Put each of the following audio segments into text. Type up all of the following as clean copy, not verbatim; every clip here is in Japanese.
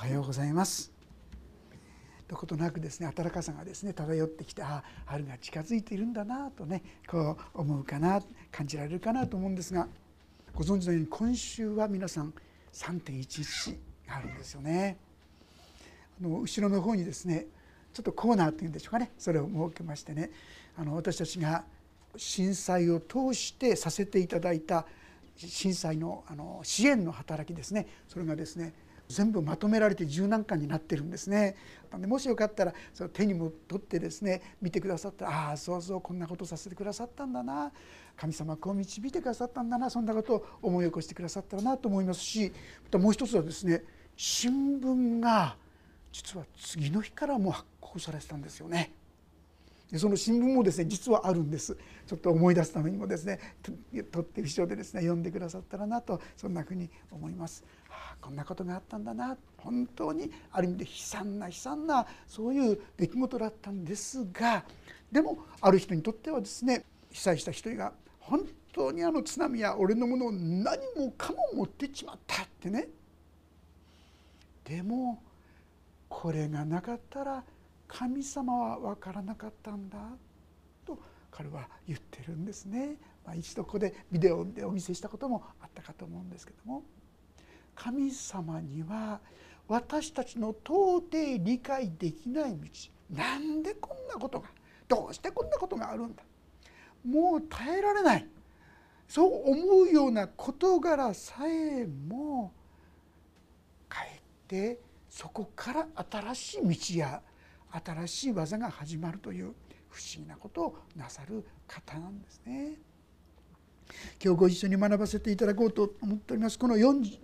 はようございます。どことなくですね、暖かさがですね漂ってきて、春が近づいているんだなとね、こう思うかな、感じられるかなと思うんですが、ご存知のように今週は皆さん 3.11 があるんですよね。後ろの方にですね、ちょっとコーナーというんでしょうかね、それを設けましてね、私たちが震災を通してさせていただいた震災の支援の働きですね、それがですね全部まとめられて10何巻になってるんですね。でもしよかったらその手にも取ってですね見てくださったら、そうそうこんなことさせてくださったんだな、神様こう導いてくださったんだな、そんなことを思い起こしてくださったらなと思いますし、またもう一つはですね、新聞が実は次の日からもう発行されてたんですよね。でその新聞もですね実はあるんです。ちょっと思い出すためにもですね取って後ろでですね読んでくださったらなと、そんなふうに思います。こんなことがあったんだな、本当にある意味で悲惨なそういう出来事だったんですが、でもある人にとってはですね、被災した人が本当に津波や俺のものを何もかも持ってっちまったってね、でもこれがなかったら神様は分からなかったんだと彼は言ってるんですね。一度ここでビデオでお見せしたこともあったかと思うんですけども、神様には私たちの到底理解できない道、なんでこんなことが、どうしてこんなことがあるんだ、もう耐えられない、そう思うような事柄さえもかえってそこから新しい道や新しい技が始まるという不思議なことをなさる方なんですね。今日ご一緒に学ばせていただこうと思っております。この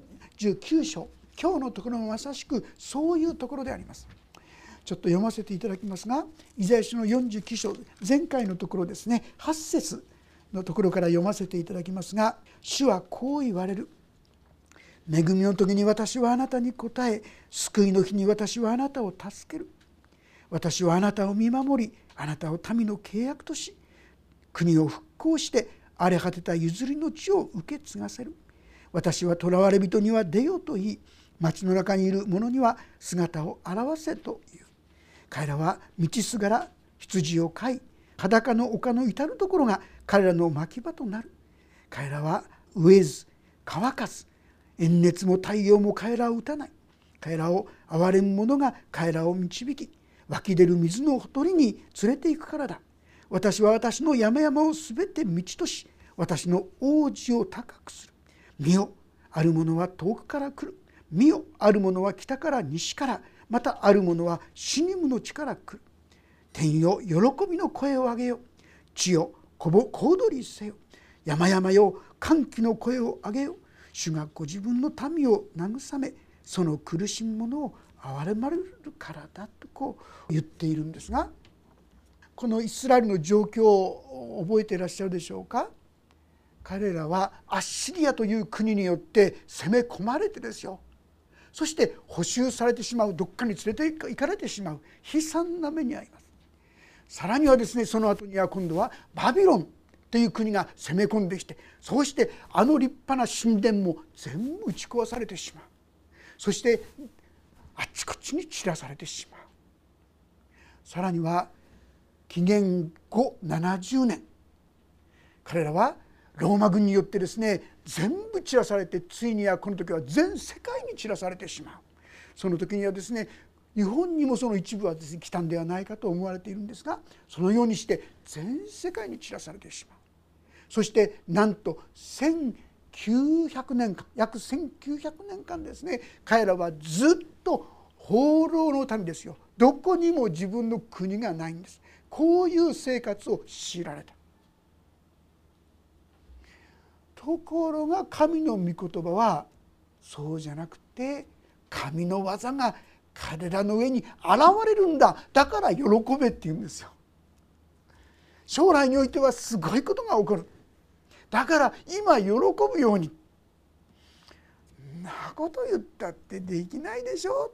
49章、今日のところもまさしくそういうところであります。ちょっと読ませていただきますが、イザヤ書の49章、前回のところですね、8節のところから読ませていただきますが、主はこう言われる。恵みの時に私はあなたに答え、救いの日に私はあなたを助ける。私はあなたを見守り、あなたを民の契約とし、国を復興して荒れ果てた譲りの地を受け継がせる。私は囚われ人には出よと言い、町の中にいる者には姿を現せと言う。彼らは道すがら羊を飼い、裸の丘の至るところが彼らの牧場となる。彼らは飢えず乾かず、炎熱も太陽も彼らを打たない。彼らを憐れむ者が彼らを導き、湧き出る水のほとりに連れて行くからだ。私は私の山々をすべて道とし、私の王子を高くする。見よ、ある者は遠くから来る。見よ、ある者は北から西から、またある者はシニムの地から来る。天よ、喜びの声を上げよ。地よ、小躍りせよ。山々よ、歓喜の声を上げよ。主がご自分の民を慰め、その苦しむ者を憐れまれるからだとこう言っているんですが、このイスラエルの状況を覚えていらっしゃるでしょうか。彼らはアッシリアという国によって攻め込まれてですよ、そして捕囚されてしまう、どっかに連れて行かれてしまう悲惨な目に遭います。さらにはですね、その後には今度はバビロンという国が攻め込んできて、そうして立派な神殿も全部打ち壊されてしまう。そしてあちこちに散らされてしまう。さらには紀元後70年、彼らはローマ軍によってですね全部散らされて、ついにはこの時は全世界に散らされてしまう。その時にはですね、日本にもその一部はですね来たんではないかと思われているんですが、そのようにして全世界に散らされてしまう。そしてなんと1900年間、約1900年間ですね、彼らはずっと放浪の民ですよ。どこにも自分の国がないんです。こういう生活を強いられた。ところが神の御言葉はそうじゃなくて、神の技が彼らの上に現れるんだ、だから喜べって言うんですよ。将来においてはすごいことが起こる、だから今喜ぶように。そんなこと言ったってできないでしょ。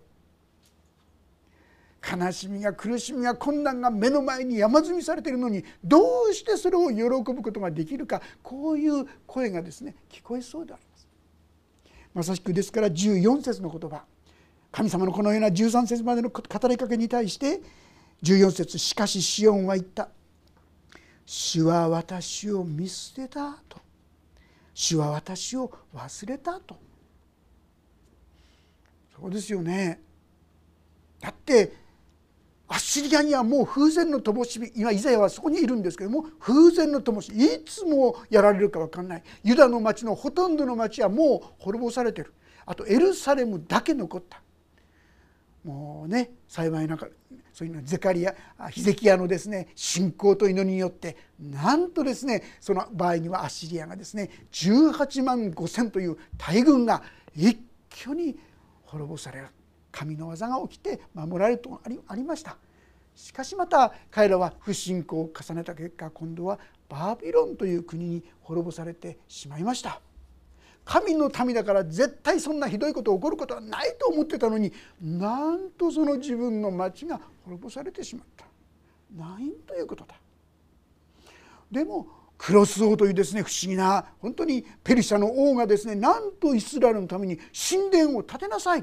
悲しみが苦しみが困難が目の前に山積みされているのに、どうしてそれを喜ぶことができるか、こういう声がですね聞こえそうであります。まさしくですから14節の言葉、 神様のこのような13節までの語りかけに対して14節、しかしシオンは言った。主は私を見捨てたと。主は私を忘れたと。そうですよね。だってアッシリアにはもう風前の灯火、今イザヤはそこにいるんですけども、風前の灯火、いつもやられるか分かんない。ユダの町のほとんどの町はもう滅ぼされてる。あとエルサレムだけ残った。もうね、幸いなんかそういうのゼカリヤ、ヒゼキヤのですね信仰と祈りによってなんとですね、その場合にはアッシリアがですね18万5,000という大軍が一挙に滅ぼされる。神の技が起きて守られるとありました。しかしまた彼らは不信仰を重ねた結果、今度はバビロンという国に滅ぼされてしまいました。神の民だから絶対そんなひどいこと起こることはないと思ってたのに、なんとその自分の町が滅ぼされてしまった。なんということだ。でもクロス王というですね不思議な、本当にペルシャの王がですね、なんとイスラエルのために神殿を建てなさい、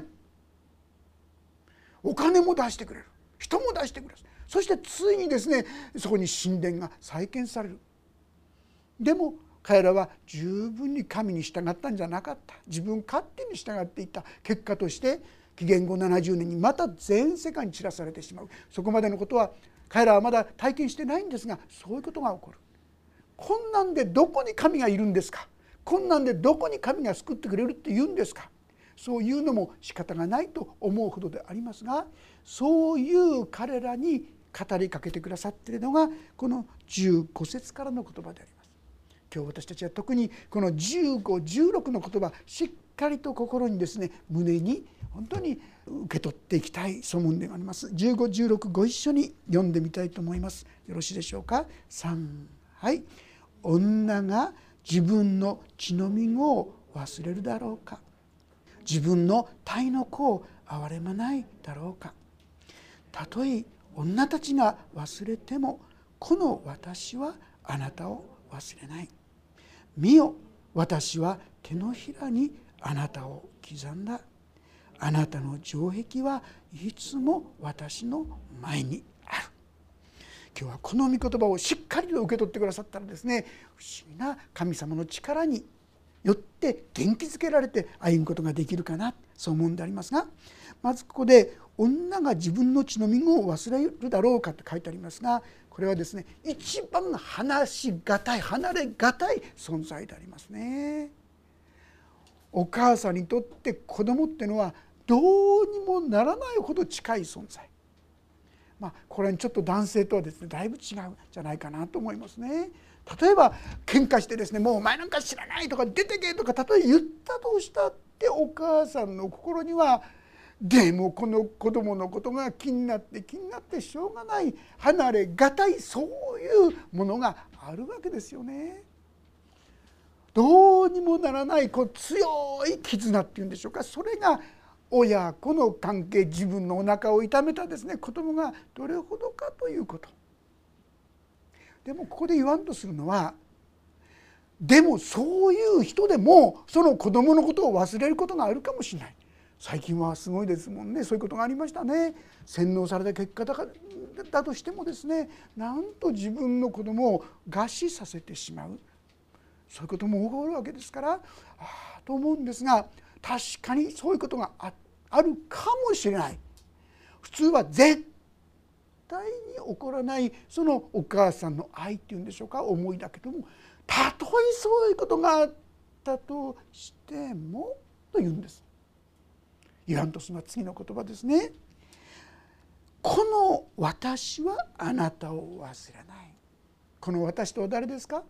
お金も出してくれる、人も出してくれる、そしてついにですねそこに神殿が再建される。でも彼らは十分に神に従ったんじゃなかった。自分勝手に従っていった結果として、紀元後70年にまた全世界に散らされてしまう。そこまでのことは彼らはまだ体験してないんですが、そういうことが起こる。こんなんでどこに神がいるんですか、こんなんでどこに神が救ってくれるって言うんですか。そういうのも仕方がないと思うほどでありますが、そういう彼らに語りかけてくださっているのがこの15節からの言葉であります。今日私たちは特にこの15、16の言葉、しっかりと心にですね、胸に本当に受け取っていきたいそう思うんであります。15、16ご一緒に読んでみたいと思います。よろしいでしょうか。3、はい。女が自分の血のみ子を忘れるだろうか。自分の体の子を憐れまないだろうか。たとえ女たちが忘れても、この私はあなたを忘れない。見よ、私は手のひらにあなたを刻んだ。あなたの城壁はいつも私の前にある。今日はこの御言葉をしっかりと受け取ってくださったらですね、不思議な神様の力によって元気づけられて歩むことができるかな、そう思うんでありますが、まずここで女が自分の血のみ子を忘れるだろうかと書いてありますが、これはですね一番離れがたい存在でありますね。お母さんにとって子供ってのはどうにもならないほど近い存在。これにちょっと男性とはですねだいぶ違うんじゃないかなと思いますね。例えば喧嘩してですね、もうお前なんか知らないとか出てけとかたとえ言ったとしたって、お母さんの心にはでもこの子供のことが気になってしょうがない、離れがたい、そういうものがあるわけですよね。どうにもならない強い絆っていうんでしょうか、それが親子の関係、自分のお腹を痛めたですね子供がどれほどかということ。でもここで言わんとするのは、でもそういう人でもその子供のことを忘れることがあるかもしれない。最近はすごいですもんね、そういうことがありましたね。洗脳された結果だとしてもですね、なんと自分の子供を餓死させてしまう、そういうことも起こるわけですから、と思うんですが、確かにそういうことがあるかもしれない。普通は絶対に起こらないそのお母さんの愛っていうんでしょうか、思いだけども、たとえそういうことがあったとしてもというんです。言わんとするのは次の言葉ですね。この私はあなたを忘れない。この私とは誰ですか。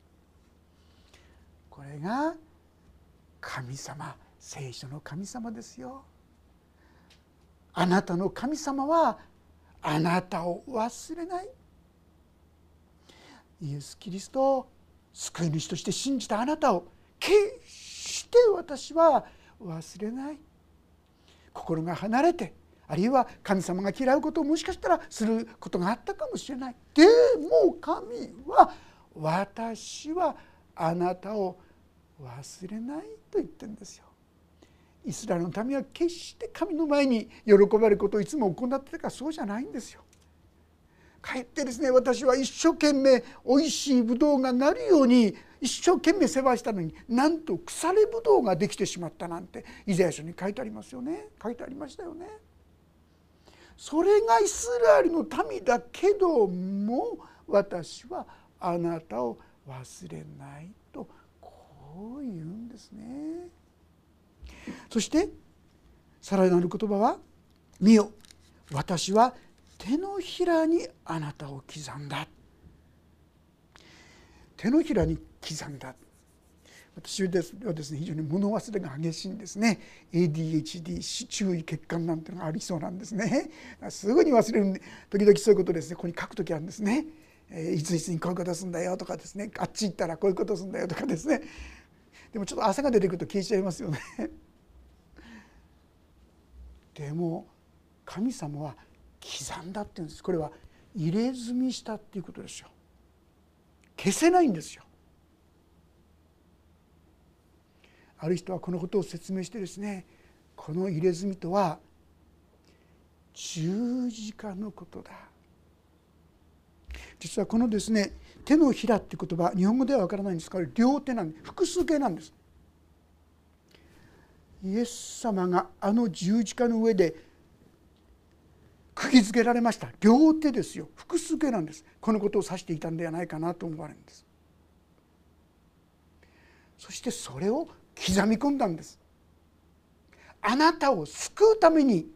これが神様、聖書の神様ですよ。あなたの神様はあなたを忘れない。イエス・キリストを救い主として信じたあなたを決して私は忘れない。心が離れて、あるいは神様が嫌うことをもしかしたらすることがあったかもしれない。でも神は私はあなたを忘れないと言ってるんですよ。 イスラエルの民は決して神の前に喜ばれることをいつも行ってたから、そうじゃないんですよ。かえってですね、私は一生懸命おいしいブドウがなるように一生懸命世話したのに、なんと腐れブドウができてしまったなんてイザヤ書に書いてありますよね。書いてありましたよね。それがイスラエルの民だけども、私はあなたを忘れないと、こう言うんですね。そしてさらなる言葉は、見よ、私は手のひらにあなたを刻んだ。手のひらに刻んだ。私はですね、非常に物忘れが激しいんですね。 ADHD 注意欠陥なんてのがありそうなんですね。すぐに忘れるんで、時々そういうことですね、ここに書くときあるんですね。いついつにこういうことするんだよとかですね、あっち行ったらこういうことするんだよとかですね。でもちょっと汗が出てくると消えちゃいますよね。でも神様は刻んだって言うんです。これは入れ墨したっていうことですよ。消せないんですよ。ある人はこのことを説明してですね、この入れ墨とは十字架のことだ。実はこのですね、手のひらっていう言葉、日本語ではわからないんですが、両手なんで、複数形なんです。イエス様があの十字架の上で釘付けられました。両手ですよ。複数形なんです。このことを指していたんではないかなと思われるんです。そしてそれを刻み込んだんです。あなたを救うために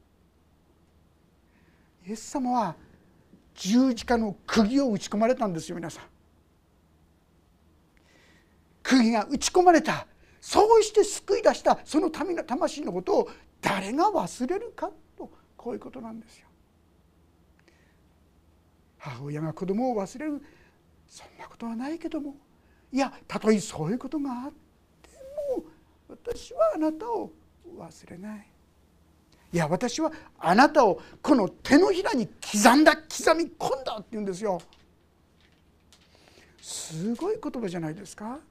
イエス様は十字架の釘を打ち込まれたんですよ。皆さん、釘が打ち込まれた。そうして救い出したその民の魂のことを誰が忘れるかと、こういうことなんですよ。母親が子供を忘れる、そんなことはないけども、いや、たとえそういうことがあっても私はあなたを忘れない。いや、私はあなたをこの手のひらに刻み込んだって言うんですよ。すごい言葉じゃないですか。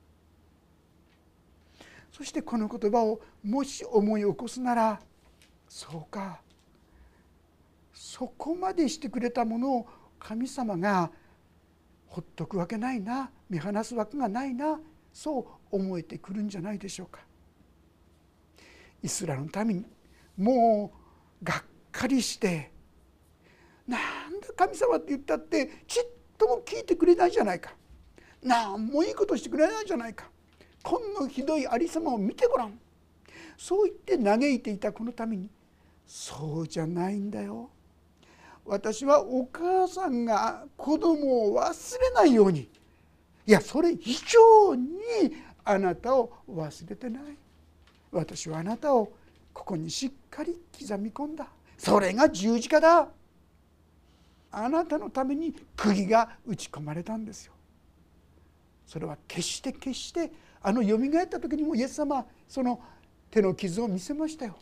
そしてこの言葉をもし思い起こすなら、そうか、そこまでしてくれたものを神様がほっとくわけないな、見放すわけがないな、そう思えてくるんじゃないでしょうか。イスラエルの民にもうがっかりして、なんだ神様って言ったってちっとも聞いてくれないじゃないか、なんもいいことしてくれないじゃないか、こんなひどいありさまを見てごらん、そう言って嘆いていたこの民に、そうじゃないんだよ、私はお母さんが子供を忘れないように、いや、それ以上にあなたを忘れてない。私はあなたをここにしっかり刻み込んだ。それが十字架だ。あなたのために釘が打ち込まれたんですよ。それは決してよみがえった時にもイエス様はその手の傷を見せましたよ。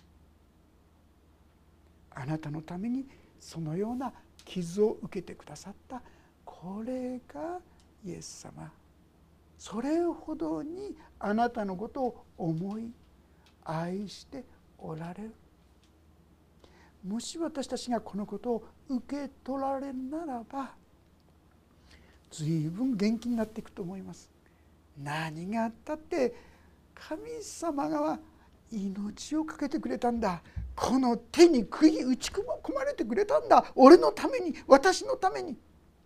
あなたのためにそのような傷を受けてくださった、これがイエス様。それほどにあなたのことを思い愛しておられる。もし私たちがこのことを受け取られるならば、随分元気になっていくと思います。何があったって神様が命をかけてくれたんだ、この手に釘打ち込まれてくれたんだ、俺のために、私のために。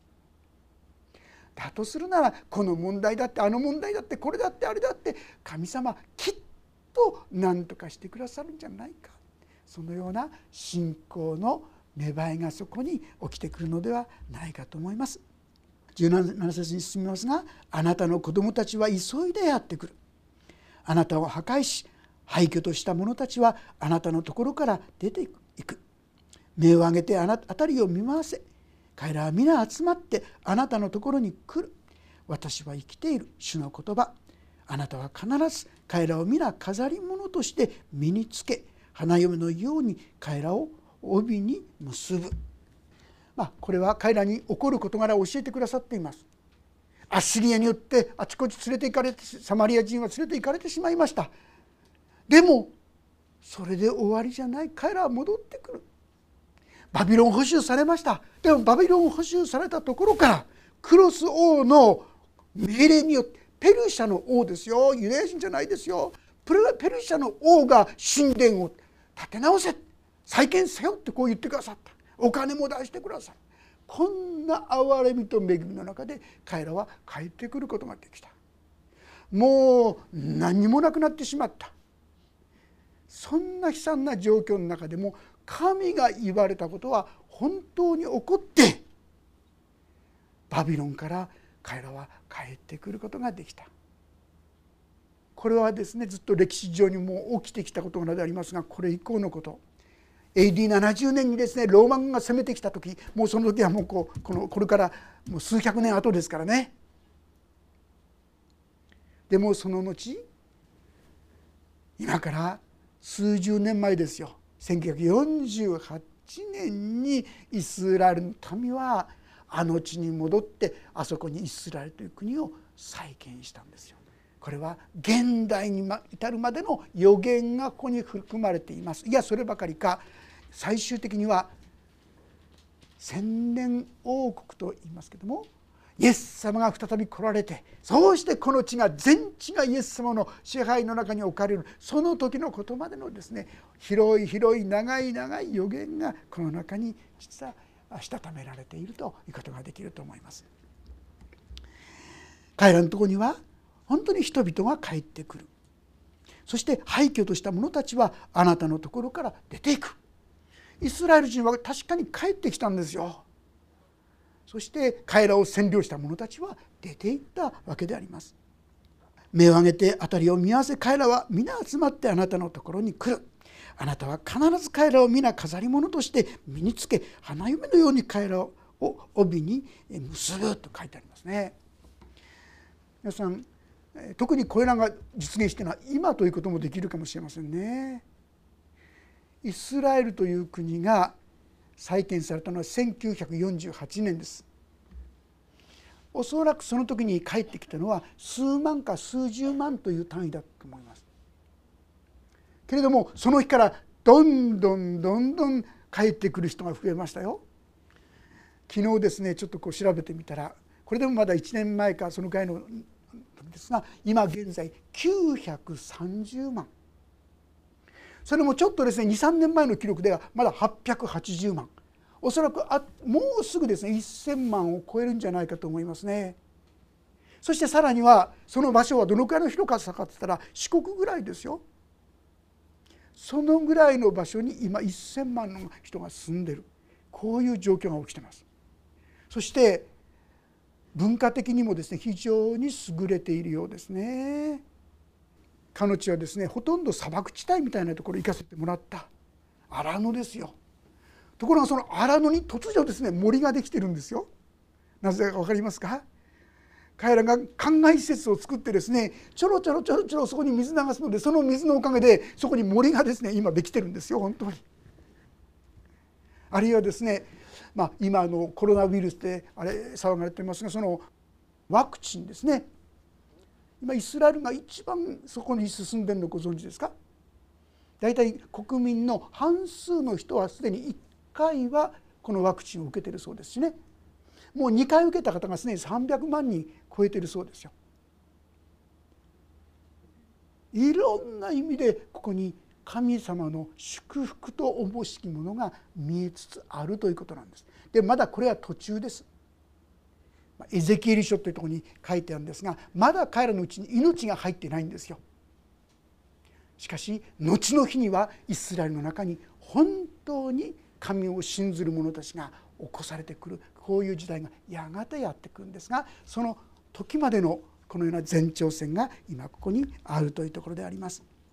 だとするなら、この問題だってあの問題だってこれだってあれだって神様きっと何とかしてくださるんじゃないか、そのような信仰の芽生えがそこに起きてくるのではないかと思います。17節に進みますが、あなたの子供たちは急いでやってくる。あなたを破壊し廃墟とした者たちはあなたのところから出ていく。目を上げて辺りを見回せ。彼らは皆集まってあなたのところに来る。私は生きている、主の言葉。あなたは必ず彼らを皆飾り物として身につけ、花嫁のように彼らを帯に結ぶ。これは彼らに起こる事柄を教えてくださっています。アッシリアによってあちこち連れて行かれて、サマリア人は連れて行かれてしまいました。 でもそれで終わりじゃない。彼らは戻ってくる。バビロン捕囚されました。でもバビロン捕囚されたところからクロス王の命令によって、ペルシャの王ですよ、ユダヤ人じゃないですよ、ペルシャの王が神殿を建て直せ、再建せよってこう言ってくださった。お金も出してください。こんな憐れみと恵みの中で彼らは帰ってくることができた。もう何にもなくなってしまった。そんな悲惨な状況の中でも神が言われたことは本当に起こって、バビロンから彼らは帰ってくることができた。これはですね、ずっと歴史上にもう起きてきたことでありますが、これ以降のこと、 AD70 年にですね、ローマ軍が攻めてきた時、もうその時はもうこれからもう数百年後ですからね。でもその後、今から数十年前ですよ、1948年にイスラエルの民はあの地に戻って、あそこにイスラエルという国を再建したんですよ。これは現代に至るまでの予言がここに含まれています。いや、そればかりか、最終的には千年王国と言いますけども、イエス様が再び来られて、そうしてこの地が、全地がイエス様の支配の中に置かれる、その時のことまでのですね、広い広い長い長い予言がこの中に実はしたためられているということができると思います。彼らのところには本当に人々が帰ってくる。そして廃墟とした者たちはあなたのところから出ていく。イスラエル人は確かに帰ってきたんですよ。そして彼らを占領した者たちは出ていったわけであります。目を上げて辺りを見合わせ、彼らは皆集まってあなたのところに来る。あなたは必ず彼らを皆飾り物として身につけ、花嫁のように彼らを帯に結ぶと書いてありますね。皆さん、特にこれらが実現しているのは今ということもできるかもしれませんね。イスラエルという国が再建されたのは1948年です。おそらくその時に帰ってきたのは数万か数十万という単位だと思います。けれどもその日からどんどん帰ってくる人が増えましたよ。昨日ですね、ちょっとこう調べてみたら、これでもまだ1年前かそのくらいのですが、今現在930万。それもちょっとですね 2,3 年前の記録ではまだ880万。おそらくもうすぐですね1000万を超えるんじゃないかと思いますね。そしてさらにはその場所はどのくらいの広さかって言ったら四国ぐらいですよ。そのぐらいの場所に今1000万の人が住んでる、こういう状況が起きています。そして文化的にもですね非常に優れているようですね。彼女はですねほとんど砂漠地帯みたいなところに行かせてもらった荒野ですよ。ところがその荒野に突如ですね森ができてるんですよ。なぜか分かりますか？彼らが灌漑施設を作ってですねちょろそこに水流すので、その水のおかげでそこに森がですね今できてるんですよ、本当に。あるいはですね、今コロナウイルスで騒がれていますが、そのワクチンですね、今イスラエルが一番そこに進んでいるのご存知ですか？大体国民の半数の人はすでに1回はこのワクチンを受けているそうですしね、もう2回受けた方がすでに300万人超えているそうですよ。いろんな意味でここに神様の祝福とおぼしきものが見えつつあるということなんです。でまだこれは途中です。エゼキエル書というところに書いてあるんですが、まだ彼らのうちに命が入ってないんですよ。しかし後の日にはイスラエルの中に本当に神を信ずる者たちが起こされてくる、こういう時代がやがてやってくるんですが、その時までのこのような前兆線が今ここにあるというところであります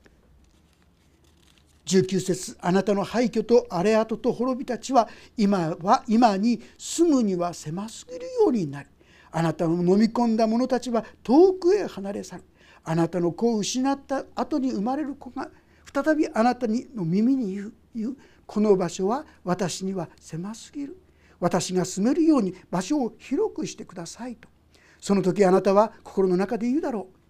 。19節、あなたの廃墟と荒れ跡と滅びたちは今に住むには狭すぎるようになり、あなたの飲み込んだ者たちは遠くへ離れ去る。あなたの子を失った後に生まれる子が再びあなたの耳に言う、この場所は私には狭すぎる。私が住めるように場所を広くしてくださいと。その時あなたは心の中で言うだろう。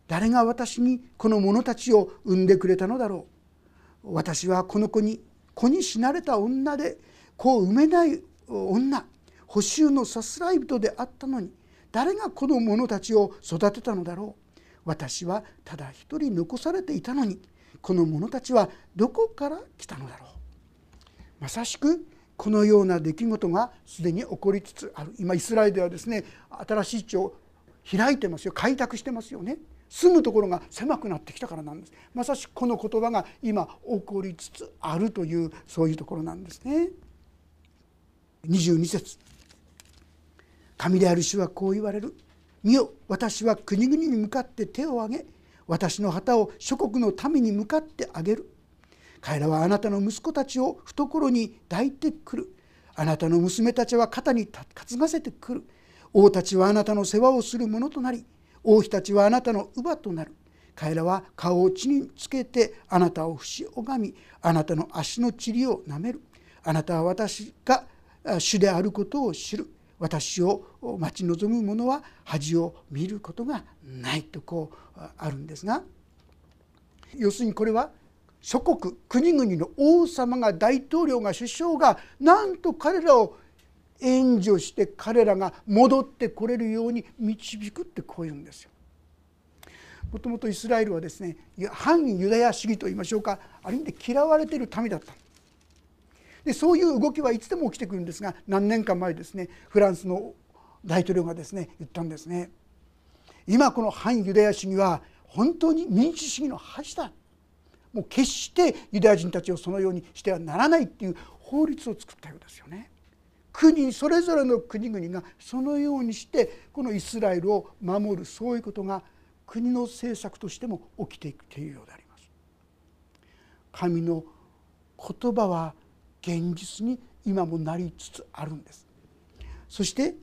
誰が私にこの者たちを産んでくれたのだろう。私はこの子に死なれた女で子を産めない女、捕囚のさすらい人であったのに、誰がこの者たちを育てたのだろう。私はただ一人残されていたのに、この者たちはどこから来たのだろう。まさしくこのような出来事がすでに起こりつつある。今イスラエルではですね、新しい地を開いてますよ、開拓してますよね。住むところが狭くなってきたからなんです。まさしくこの言葉が今起こりつつあるという、そういうところなんですね。22節、神である主はこう言われる。見よ、私は国々に向かって手を挙げ、私の旗を諸国の民に向かって挙げる。彼らはあなたの息子たちを懐に抱いてくる。あなたの娘たちは肩に担がせてくる。王たちはあなたの世話をする者となり、王妃たちはあなたの乳母となる。彼らは顔を地につけてあなたを伏し拝み、あなたの足の塵をなめる。あなたは私が主であることを知る。私を待ち望む者は恥を見ることがないとこうあるんですが、要するにこれは諸国国々の王様が、大統領が、首相がなんと彼らを援助して彼らが戻ってこれるように導くって、こういうんですよ。もともとイスラエルはですね、反ユダヤ主義といいましょうか、ある意味で嫌われている民だった。でそういう動きはいつでも起きてくるんですが、何年か前ですね、フランスの大統領がですね言ったんですね。今この反ユダヤ主義は本当に民主主義の恥だ。もう決してユダヤ人たちをそのようにしてはならないっていう法律を作ったようですよね。それぞれの国々がそのようにしてこのイスラエルを守る、そういうことが国の政策としても起きていくというようであります。神の言葉は現実に今もなりつつあるんです。そして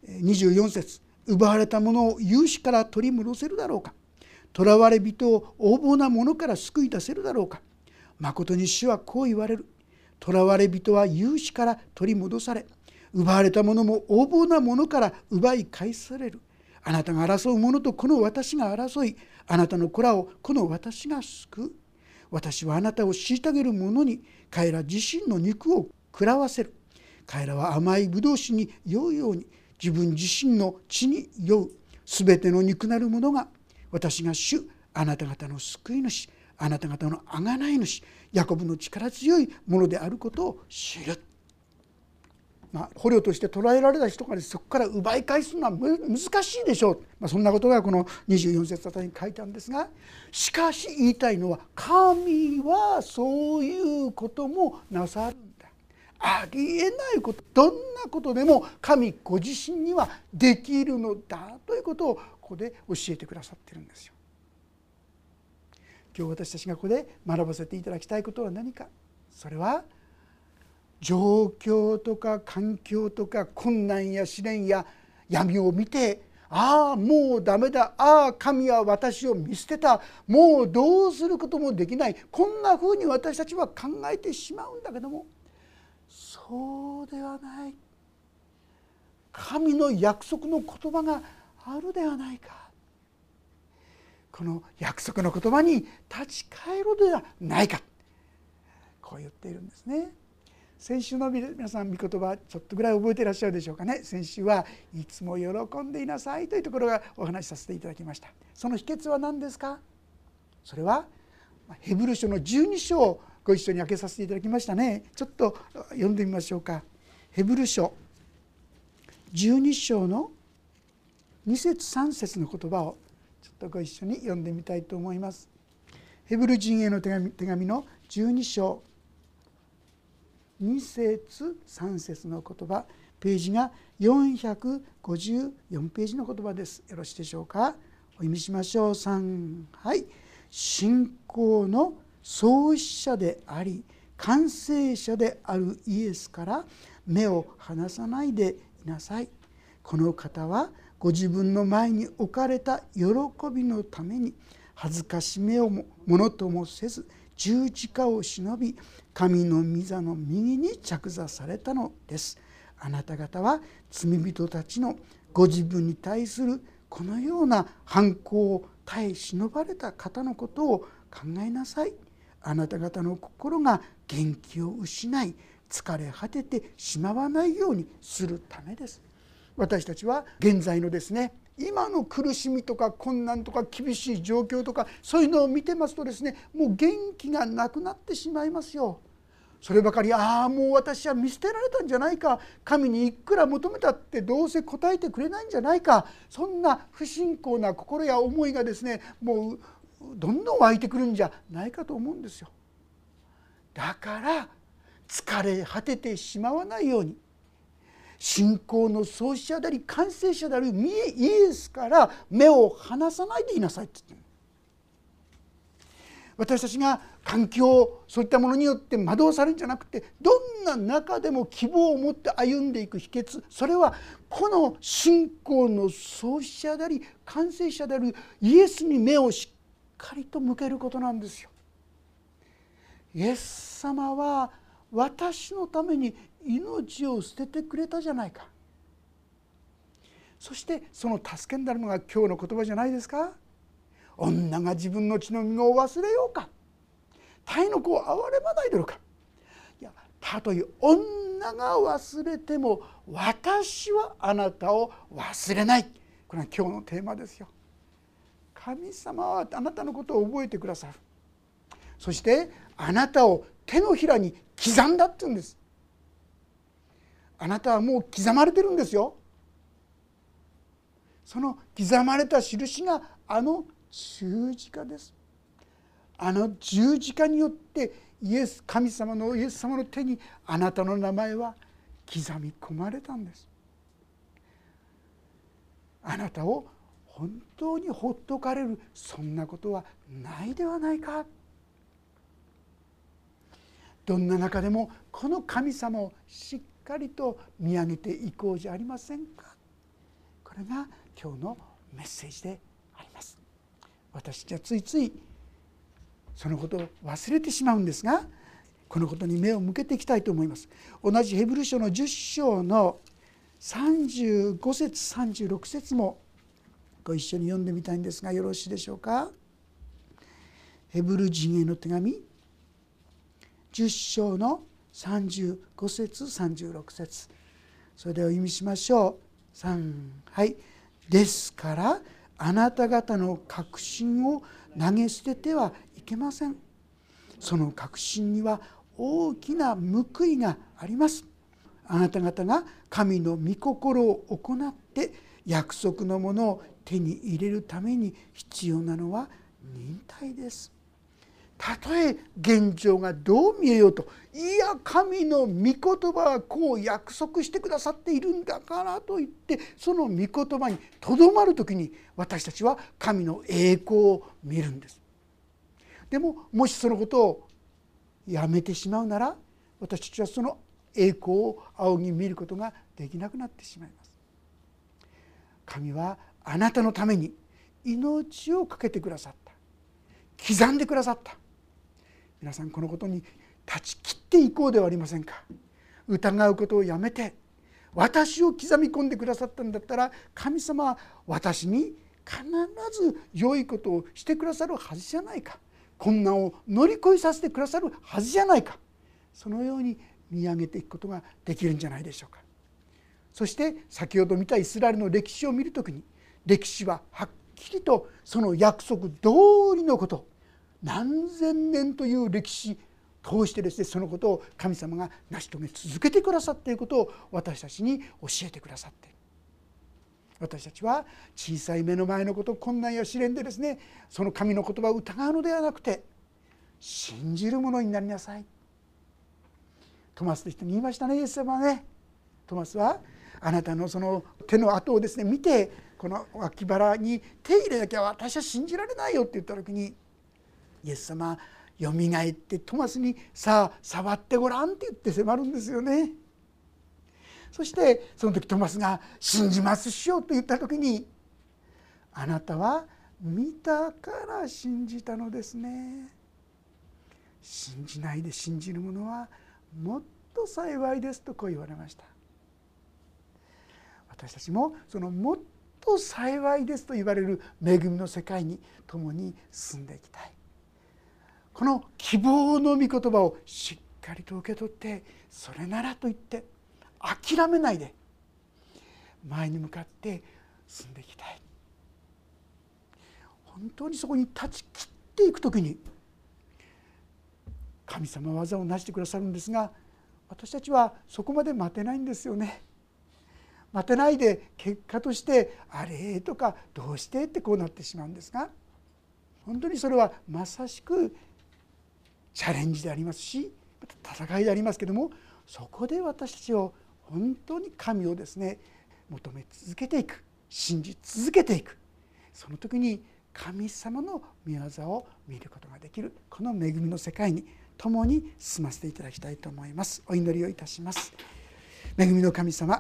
24節、奪われたものを有志から取り戻せるだろうか。囚われ人を横暴なものから救い出せるだろうか。まことに主はこう言われる。囚われ人は有志から取り戻され、奪われたものも横暴なものから奪い返される。あなたが争う者とこの私が争い、あなたの子らをこの私が救う。私はあなたを虐げる者に彼ら自身の肉を食らわせる。彼らは甘いブドウ酒に酔うように自分自身の血に酔う。すべての肉なる者が私が主、あなた方の救い主、あなた方の贖い主、ヤコブの力強いものであることを知る。捕虜として捕らえられた人がそこから奪い返すのは難しいでしょう。そんなことがこの24節あたりに書いてあるんですが、しかし言いたいのは、神はそういうこともなさるんだ。ありえないこと、どんなことでも神ご自身にはできるのだということをここで教えてくださってるんですよ。今日私たちがここで学ばせていただきたいことは何か。それは状況とか環境とか困難や試練や闇を見て、ああもうダメだ、ああ神は私を見捨てた、もうどうすることもできない、こんなふうに私たちは考えてしまうんだけども、そうではない。神の約束の言葉があるではないか。この約束の言葉に立ち返ろうではないか、こう言っているんですね。先週の皆さん御言葉ちょっとぐらい覚えていらっしゃるでしょうかね。先週はいつも喜んでいなさいというところがお話しさせていただきました。その秘訣は何ですか。それはヘブル書の12章をご一緒に開けさせていただきましたね。ちょっと読んでみましょうか。ヘブル書12章の2節3節の言葉をちょっとご一緒に読んでみたいと思います。ヘブル人への手紙の12章2節3節の言葉、ページが454ページの言葉です。よろしいでしょうか。お読みしましょう。3、はい。信仰の創始者であり完成者であるイエスから目を離さないでいなさい。この方はご自分の前に置かれた喜びのために恥ずかしめをものともせず十字架を忍び、神の御座の右に着座されたのです。あなた方は罪人たちのご自分に対するこのような反抗を耐え忍ばれた方のことを考えなさい。あなた方の心が元気を失い疲れ果ててしまわないようにするためです。私たちは現在のですね、今の苦しみとか困難とか厳しい状況とかそういうのを見てますとですね、もう元気がなくなってしまいますよ。そればかりもう私は見捨てられたんじゃないか、神にいくら求めたってどうせ答えてくれないんじゃないか、そんな不信仰な心や思いがですね、もうどんどん湧いてくるんじゃないかと思うんですよ。だから疲れ果ててしまわないように、信仰の創始者であり完成者であるイエスから目を離さないでいなさいって言ってる。私たちが環境そういったものによって惑わされるんじゃなくて、どんな中でも希望を持って歩んでいく秘訣、それはこの信仰の創始者であり完成者であるイエスに目をしっかりと向けることなんですよ。イエス様は私のために命を捨ててくれたじゃないか。そしてその助けになるのが今日の言葉じゃないですか。女が自分の血のみを忘れようか、鯛の子を憐れまないだろうか。いや、たとえ女が忘れても私はあなたを忘れない。これは今日のテーマですよ。神様はあなたのことを覚えてくださる。そしてあなたを手のひらに刻んだって言うんです。あなたはもう刻まれてるんですよ。その刻まれた印があの十字架です。あの十字架によって神様のイエス様の手にあなたの名前は刻み込まれたんです。あなたを本当にほっとかれる、そんなことはないではないか。どんな中でもこの神様をしっかりと見上げていこうじゃありませんか。これが今日のメッセージであります。私たちはついついそのことを忘れてしまうんですが、このことに目を向けていきたいと思います。同じヘブル書の10章の35節36節もご一緒に読んでみたいんですが、よろしいでしょうか。ヘブル人への手紙10章の35節36節、それではお読みしましょう。3、はい。ですからあなた方の確信を投げ捨ててはいけません。その確信には大きな報いがあります。あなた方が神の御心を行って約束のものを手に入れるために必要なのは忍耐です。たとえ現状がどう見えようと、いや神の御言葉はこう約束してくださっているんだからといって、その御言葉にとどまるときに私たちは神の栄光を見るんです。でももしそのことをやめてしまうなら、私たちはその栄光を仰ぎ見ることができなくなってしまいます。神はあなたのために命を懸けてくださった、刻んでくださった。皆さんこのことに断ち切っていこうではありませんか。疑うことをやめて、私を刻み込んでくださったんだったら、神様は私に必ず良いことをしてくださるはずじゃないか、困難を乗り越えさせてくださるはずじゃないか、そのように見上げていくことができるんじゃないでしょうか。そして先ほど見たイスラエルの歴史を見るときに、歴史ははっきりとその約束通りのこと、何千年という歴史通してですね、そのことを神様が成し遂げ続けてくださっていることを私たちに教えてくださっている。私たちは小さい目の前のこと、困難や試練でですね、その神の言葉を疑うのではなくて、信じるものになりなさい。トマスという人に言いましたね、イエス様はね。トマスはあなたのその手の跡をですね見て、この脇腹に手入れなきゃ私は信じられないよって言った時に、イエス様はよみがえってトマスにさあ触ってごらんって言って迫るんですよね。そしてその時トマスが信じますしようと言った時に、あなたは見たから信じたのですね。信じないで信じる者はもっと幸いですとこう言われました。私たちもそのもっと幸いですと言われる恵みの世界に共に進んでいきたい。この希望の御言葉をしっかりと受け取って、それならと言って諦めないで前に向かって進んでいきたい。本当にそこに立ち切っていくときに神様は技をなしてくださるんですが、私たちはそこまで待てないんですよね。待てないで結果としてあれとかどうしてってこうなってしまうんですが、本当にそれはまさしくチャレンジでありますし、また戦いでありますけども、そこで私たちを本当に神をですね求め続けていく、信じ続けていく、その時に神様の御業を見ることができる、この恵みの世界に共に進ませていただきたいと思います。お祈りをいたします。恵みの神様、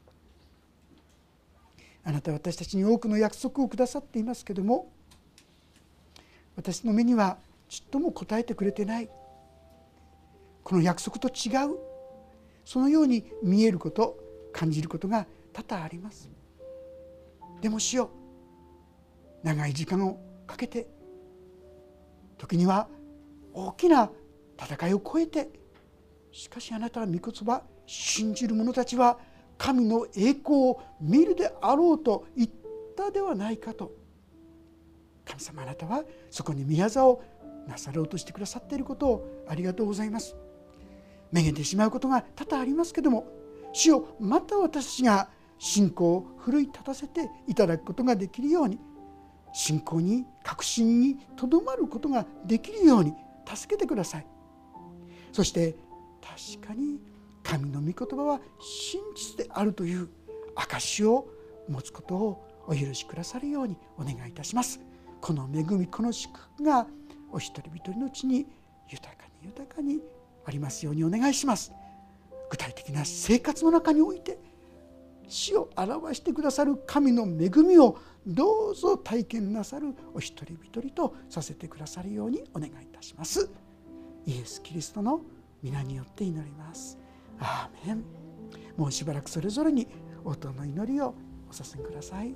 あなたは私たちに多くの約束をくださっていますけども、私の目にはちっとも応えてくれてない、この約束と違う、そのように見えること、感じることが多々あります。でも主よ、長い時間をかけて、時には大きな戦いを越えて、しかしあなたは御言葉、信じる者たちは神の栄光を見るであろうと言ったではないかと。神様、あなたはそこに御業をなさろうとしてくださっていることをありがとうございます。めげてしまうことが多々ありますけども、主よ、また私たちが信仰を奮い立たせていただくことができるように、信仰に確信にとどまることができるように助けてください。そして確かに神の御言葉は真実であるという証を持つことをお許しくださるようにお願いいたします。この恵み、この祝福がお一人一人のうちに豊かに豊かにありますようにお願いします。具体的な生活の中において死を表してくださる神の恵みをどうぞ体験なさるお一人一人とさせてくださるようにお願いいたします。イエス・キリストの皆によって祈ります。アーメン。もうしばらくそれぞれに応答の祈りをお捧げください。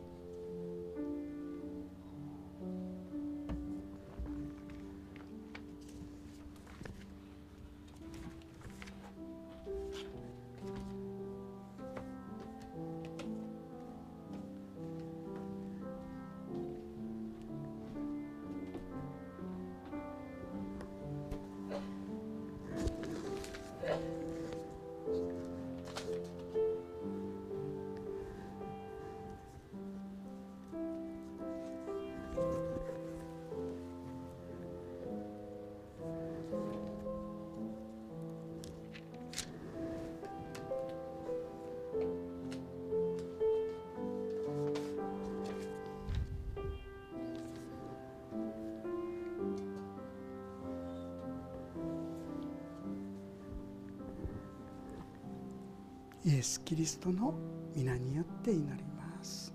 イエス・キリストの皆によって祈ります。